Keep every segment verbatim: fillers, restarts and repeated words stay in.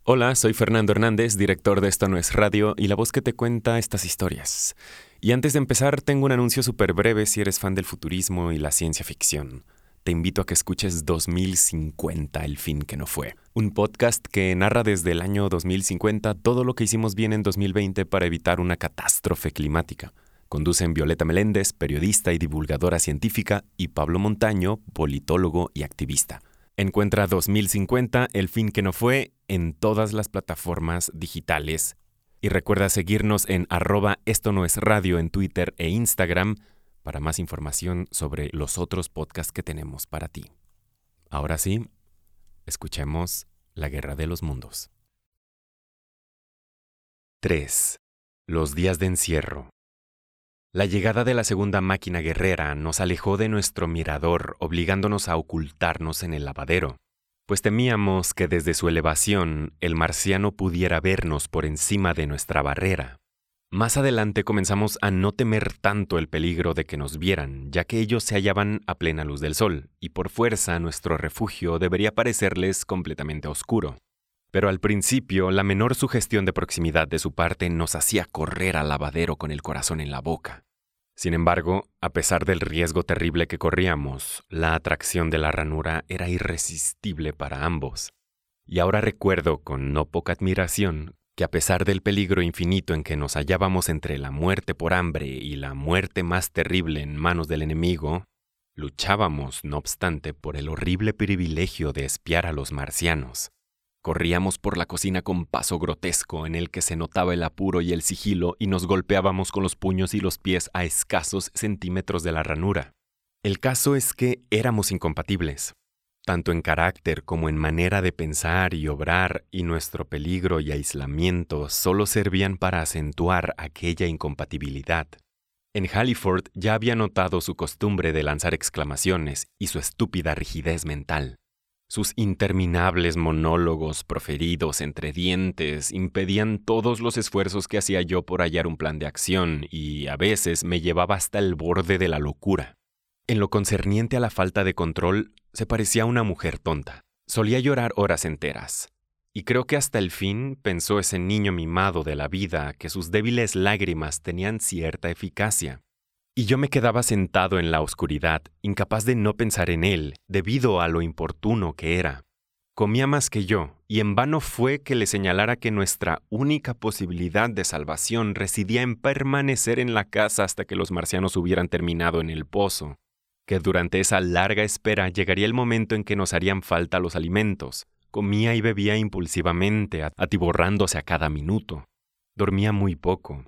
Hola, soy Fernando Hernández, director de Esto No Es Radio y la voz que te cuenta estas historias. Y antes de empezar, tengo un anuncio súper breve si eres fan del futurismo y la ciencia ficción. Te invito a que escuches dos mil cincuenta, el fin que no fue. Un podcast que narra desde el año dos mil cincuenta todo lo que hicimos bien en dos mil veinte para evitar una catástrofe climática. Conducen Violeta Meléndez, periodista y divulgadora científica, y Pablo Montaño, politólogo y activista. Encuentra dos mil cincuenta, el fin que no fue, en todas las plataformas digitales. Y recuerda seguirnos en arroba esto no es radio en Twitter e Instagram para más información sobre los otros podcasts que tenemos para ti. Ahora sí, escuchemos La Guerra de los Mundos. tres. Los días de encierro. La llegada de la segunda máquina guerrera nos alejó de nuestro mirador, obligándonos a ocultarnos en el lavadero, pues temíamos que desde su elevación el marciano pudiera vernos por encima de nuestra barrera. Más adelante comenzamos a no temer tanto el peligro de que nos vieran, ya que ellos se hallaban a plena luz del sol, y por fuerza nuestro refugio debería parecerles completamente oscuro. Pero al principio, la menor sugestión de proximidad de su parte nos hacía correr al lavadero con el corazón en la boca. Sin embargo, a pesar del riesgo terrible que corríamos, la atracción de la ranura era irresistible para ambos. Y ahora recuerdo con no poca admiración que a pesar del peligro infinito en que nos hallábamos entre la muerte por hambre y la muerte más terrible en manos del enemigo, luchábamos, no obstante, por el horrible privilegio de espiar a los marcianos. Corríamos por la cocina con paso grotesco en el que se notaba el apuro y el sigilo y nos golpeábamos con los puños y los pies a escasos centímetros de la ranura. El caso es que éramos incompatibles, tanto en carácter como en manera de pensar y obrar, y nuestro peligro y aislamiento solo servían para acentuar aquella incompatibilidad. En Halliford ya había notado su costumbre de lanzar exclamaciones y su estúpida rigidez mental. Sus interminables monólogos proferidos entre dientes impedían todos los esfuerzos que hacía yo por hallar un plan de acción y, a veces, me llevaba hasta el borde de la locura. En lo concerniente a la falta de control, se parecía a una mujer tonta. Solía llorar horas enteras. Y creo que hasta el fin pensó ese niño mimado de la vida que sus débiles lágrimas tenían cierta eficacia. Y yo me quedaba sentado en la oscuridad, incapaz de no pensar en él, debido a lo importuno que era. Comía más que yo, y en vano fue que le señalara que nuestra única posibilidad de salvación residía en permanecer en la casa hasta que los marcianos hubieran terminado en el pozo, que durante esa larga espera llegaría el momento en que nos harían falta los alimentos. Comía y bebía impulsivamente, atiborrándose a cada minuto. Dormía muy poco.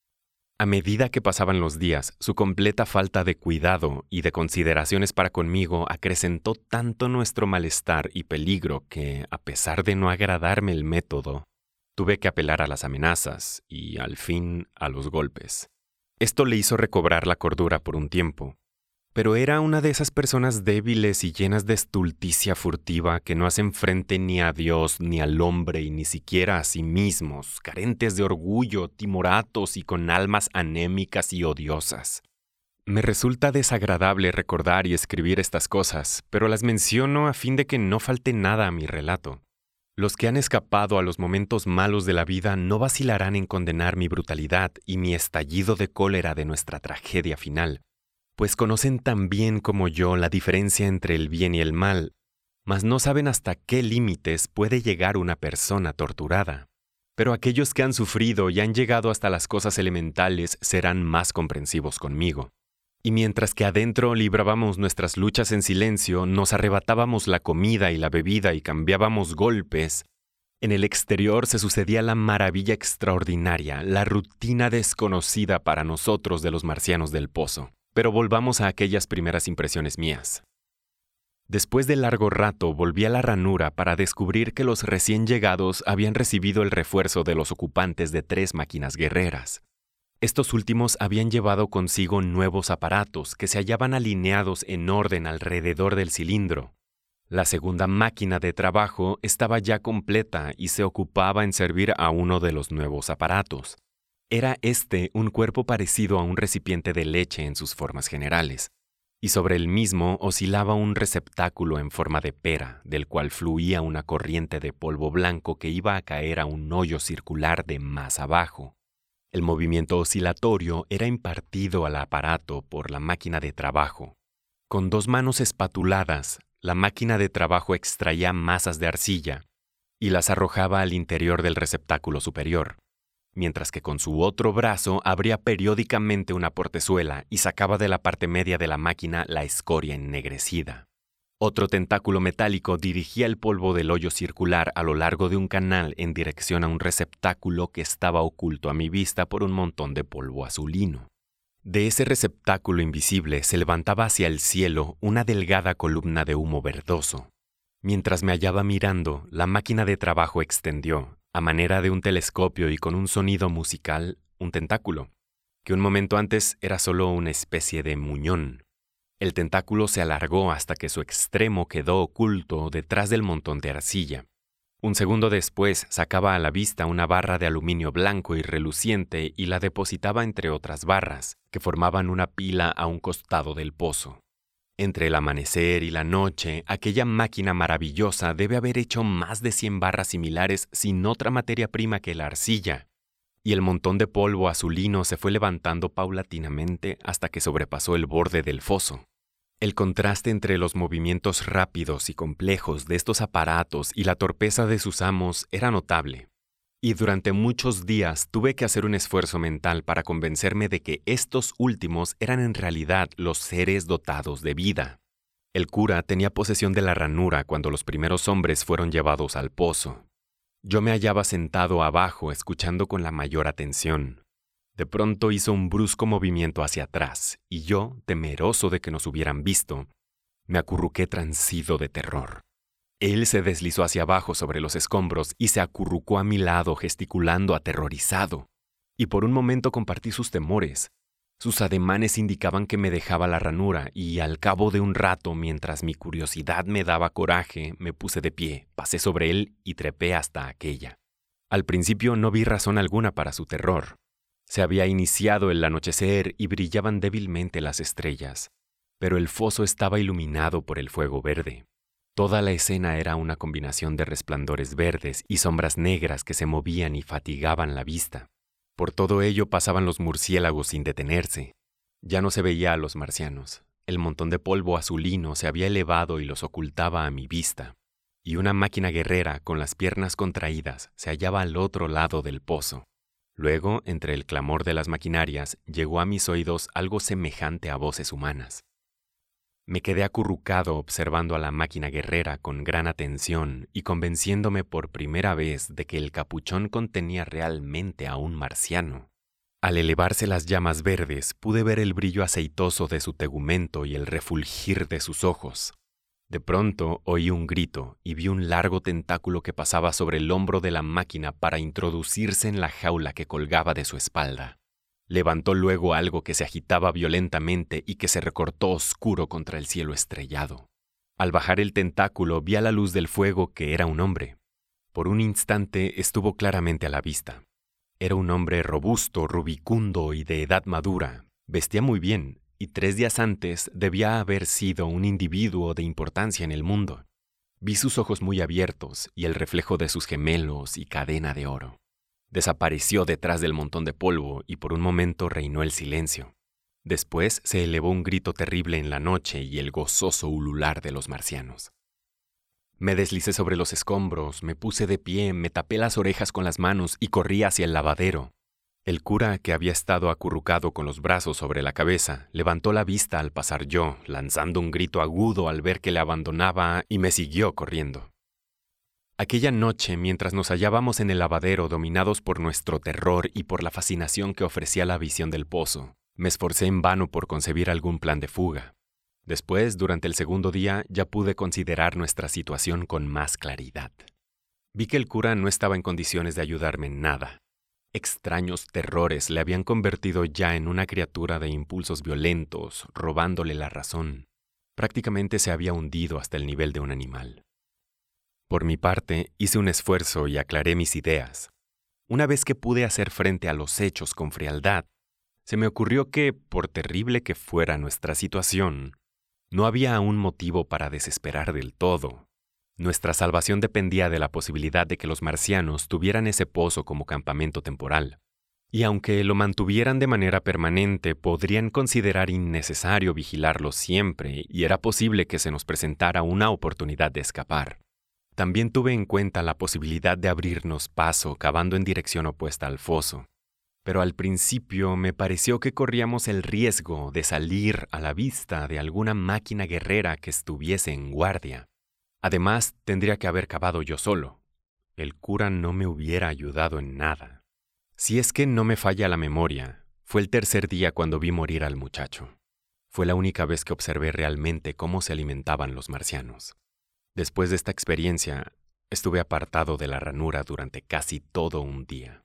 A medida que pasaban los días, su completa falta de cuidado y de consideraciones para conmigo acrecentó tanto nuestro malestar y peligro que, a pesar de no agradarme el método, tuve que apelar a las amenazas y, al fin, a los golpes. Esto le hizo recobrar la cordura por un tiempo, pero era una de esas personas débiles y llenas de estulticia furtiva que no hacen frente ni a Dios ni al hombre y ni siquiera a sí mismos, carentes de orgullo, timoratos y con almas anémicas y odiosas. Me resulta desagradable recordar y escribir estas cosas, pero las menciono a fin de que no falte nada a mi relato. Los que han escapado a los momentos malos de la vida no vacilarán en condenar mi brutalidad y mi estallido de cólera de nuestra tragedia final, pues conocen tan bien como yo la diferencia entre el bien y el mal, mas no saben hasta qué límites puede llegar una persona torturada. Pero aquellos que han sufrido y han llegado hasta las cosas elementales serán más comprensivos conmigo. Y mientras que adentro librábamos nuestras luchas en silencio, nos arrebatábamos la comida y la bebida y cambiábamos golpes, en el exterior se sucedía la maravilla extraordinaria, la rutina desconocida para nosotros de los marcianos del pozo. Pero volvamos a aquellas primeras impresiones mías. Después de largo rato volví a la ranura para descubrir que los recién llegados habían recibido el refuerzo de los ocupantes de tres máquinas guerreras. Estos últimos habían llevado consigo nuevos aparatos que se hallaban alineados en orden alrededor del cilindro. La segunda máquina de trabajo estaba ya completa y se ocupaba en servir a uno de los nuevos aparatos. Era este un cuerpo parecido a un recipiente de leche en sus formas generales. y sobre el mismo oscilaba un receptáculo en forma de pera, del cual fluía una corriente de polvo blanco que iba a caer a un hoyo circular de más abajo. El movimiento oscilatorio era impartido al aparato por la máquina de trabajo. Con dos manos espatuladas, la máquina de trabajo extraía masas de arcilla y las arrojaba al interior del receptáculo superior, mientras que con su otro brazo abría periódicamente una portezuela y sacaba de la parte media de la máquina la escoria ennegrecida. Otro tentáculo metálico dirigía el polvo del hoyo circular a lo largo de un canal en dirección a un receptáculo que estaba oculto a mi vista por un montón de polvo azulino. De ese receptáculo invisible se levantaba hacia el cielo una delgada columna de humo verdoso. Mientras me hallaba mirando, la máquina de trabajo extendió, a manera de un telescopio y con un sonido musical, un tentáculo, que un momento antes era solo una especie de muñón. El tentáculo se alargó hasta que su extremo quedó oculto detrás del montón de arcilla. Un segundo después sacaba a la vista una barra de aluminio blanco y reluciente y la depositaba entre otras barras, que formaban una pila a un costado del pozo. Entre el amanecer y la noche, aquella máquina maravillosa debe haber hecho más de cien barras similares sin otra materia prima que la arcilla, y el montón de polvo azulino se fue levantando paulatinamente hasta que sobrepasó el borde del foso. El contraste entre los movimientos rápidos y complejos de estos aparatos y la torpeza de sus amos era notable, y durante muchos días tuve que hacer un esfuerzo mental para convencerme de que estos últimos eran en realidad los seres dotados de vida. El cura tenía posesión de la ranura cuando los primeros hombres fueron llevados al pozo. Yo me hallaba sentado abajo escuchando con la mayor atención. De pronto hizo un brusco movimiento hacia atrás, y yo, temeroso de que nos hubieran visto, me acurruqué transido de terror. Él se deslizó hacia abajo sobre los escombros y se acurrucó a mi lado gesticulando aterrorizado. Y por un momento compartí sus temores. Sus ademanes indicaban que me dejaba la ranura y al cabo de un rato, mientras mi curiosidad me daba coraje, me puse de pie, pasé sobre él y trepé hasta aquella. Al principio no vi razón alguna para su terror. Se había iniciado el anochecer y brillaban débilmente las estrellas, pero el foso estaba iluminado por el fuego verde. Toda la escena era una combinación de resplandores verdes y sombras negras que se movían y fatigaban la vista. Por todo ello pasaban los murciélagos sin detenerse. Ya no se veía a los marcianos. El montón de polvo azulino se había elevado y los ocultaba a mi vista. Y una máquina guerrera con las piernas contraídas se hallaba al otro lado del pozo. Luego, entre el clamor de las maquinarias, llegó a mis oídos algo semejante a voces humanas. Me quedé acurrucado observando a la máquina guerrera con gran atención y convenciéndome por primera vez de que el capuchón contenía realmente a un marciano. Al elevarse las llamas verdes, pude ver el brillo aceitoso de su tegumento y el refulgir de sus ojos. De pronto oí un grito y vi un largo tentáculo que pasaba sobre el hombro de la máquina para introducirse en la jaula que colgaba de su espalda. Levantó luego algo que se agitaba violentamente y que se recortó oscuro contra el cielo estrellado. Al bajar el tentáculo vi a la luz del fuego que era un hombre. Por un instante estuvo claramente a la vista. Era un hombre robusto, rubicundo y de edad madura. Vestía muy bien, y tres días antes debía haber sido un individuo de importancia en el mundo. Vi sus ojos muy abiertos y el reflejo de sus gemelos y cadena de oro. Desapareció detrás del montón de polvo y por un momento reinó el silencio. Después se elevó un grito terrible en la noche y el gozoso ulular de los marcianos. Me deslicé sobre los escombros, me puse de pie, me tapé las orejas con las manos y corrí hacia el lavadero. El cura, que había estado acurrucado con los brazos sobre la cabeza, levantó la vista al pasar yo, lanzando un grito agudo al ver que le abandonaba y me siguió corriendo. Aquella noche, mientras nos hallábamos en el lavadero dominados por nuestro terror y por la fascinación que ofrecía la visión del pozo, me esforcé en vano por concebir algún plan de fuga. Después, durante el segundo día, ya pude considerar nuestra situación con más claridad. Vi que el cura no estaba en condiciones de ayudarme en nada. Extraños terrores le habían convertido ya en una criatura de impulsos violentos, robándole la razón. Prácticamente se había hundido hasta el nivel de un animal. Por mi parte, hice un esfuerzo y aclaré mis ideas. Una vez que pude hacer frente a los hechos con frialdad, se me ocurrió que, por terrible que fuera nuestra situación, No había aún motivo para desesperar del todo. Nuestra salvación dependía de la posibilidad de que los marcianos tuvieran ese pozo como campamento temporal. Y aunque lo mantuvieran de manera permanente, podrían considerar innecesario vigilarlo siempre y era posible que se nos presentara una oportunidad de escapar. También tuve en cuenta la posibilidad de abrirnos paso cavando en dirección opuesta al foso. Pero al principio me pareció que corríamos el riesgo de salir a la vista de alguna máquina guerrera que estuviese en guardia. Además, tendría que haber cavado yo solo. El cura no me hubiera ayudado en nada. Si es que no me falla la memoria, fue el tercer día cuando vi morir al muchacho. Fue la única vez que observé realmente cómo se alimentaban los marcianos. Después de esta experiencia, estuve apartado de la ranura durante casi todo un día.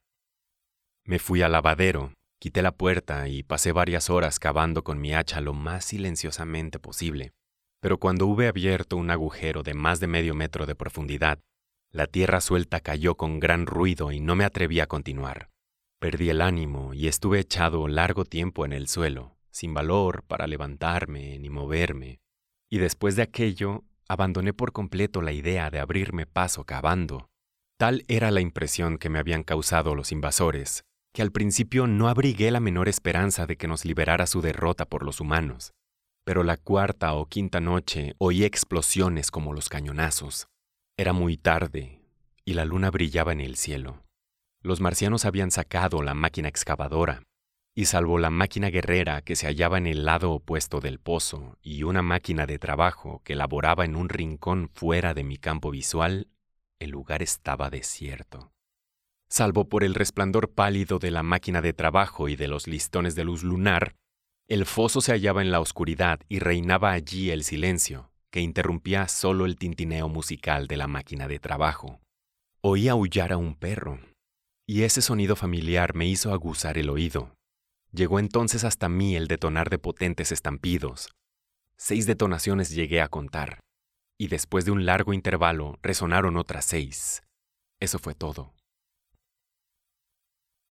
Me fui al lavadero, quité la puerta y pasé varias horas cavando con mi hacha lo más silenciosamente posible. Pero cuando hube abierto un agujero de más de medio metro de profundidad, la tierra suelta cayó con gran ruido y no me atreví a continuar. Perdí el ánimo y estuve echado largo tiempo en el suelo, sin valor para levantarme ni moverme. Y después de aquello, abandoné por completo la idea de abrirme paso cavando. Tal era la impresión que me habían causado los invasores, que al principio no abrigué la menor esperanza de que nos liberara su derrota por los humanos. Pero la cuarta o quinta noche oí explosiones como los cañonazos. Era muy tarde y la luna brillaba en el cielo. Los marcianos habían sacado la máquina excavadora, y salvo la máquina guerrera que se hallaba en el lado opuesto del pozo y una máquina de trabajo que laboraba en un rincón fuera de mi campo visual, el lugar estaba desierto. Salvo por el resplandor pálido de la máquina de trabajo y de los listones de luz lunar, el foso se hallaba en la oscuridad y reinaba allí el silencio, que interrumpía solo el tintineo musical de la máquina de trabajo. Oí aullar a un perro, y ese sonido familiar me hizo aguzar el oído. Llegó entonces hasta mí el detonar de potentes estampidos. Seis detonaciones llegué a contar, y después de un largo intervalo resonaron otras seis. Eso fue todo.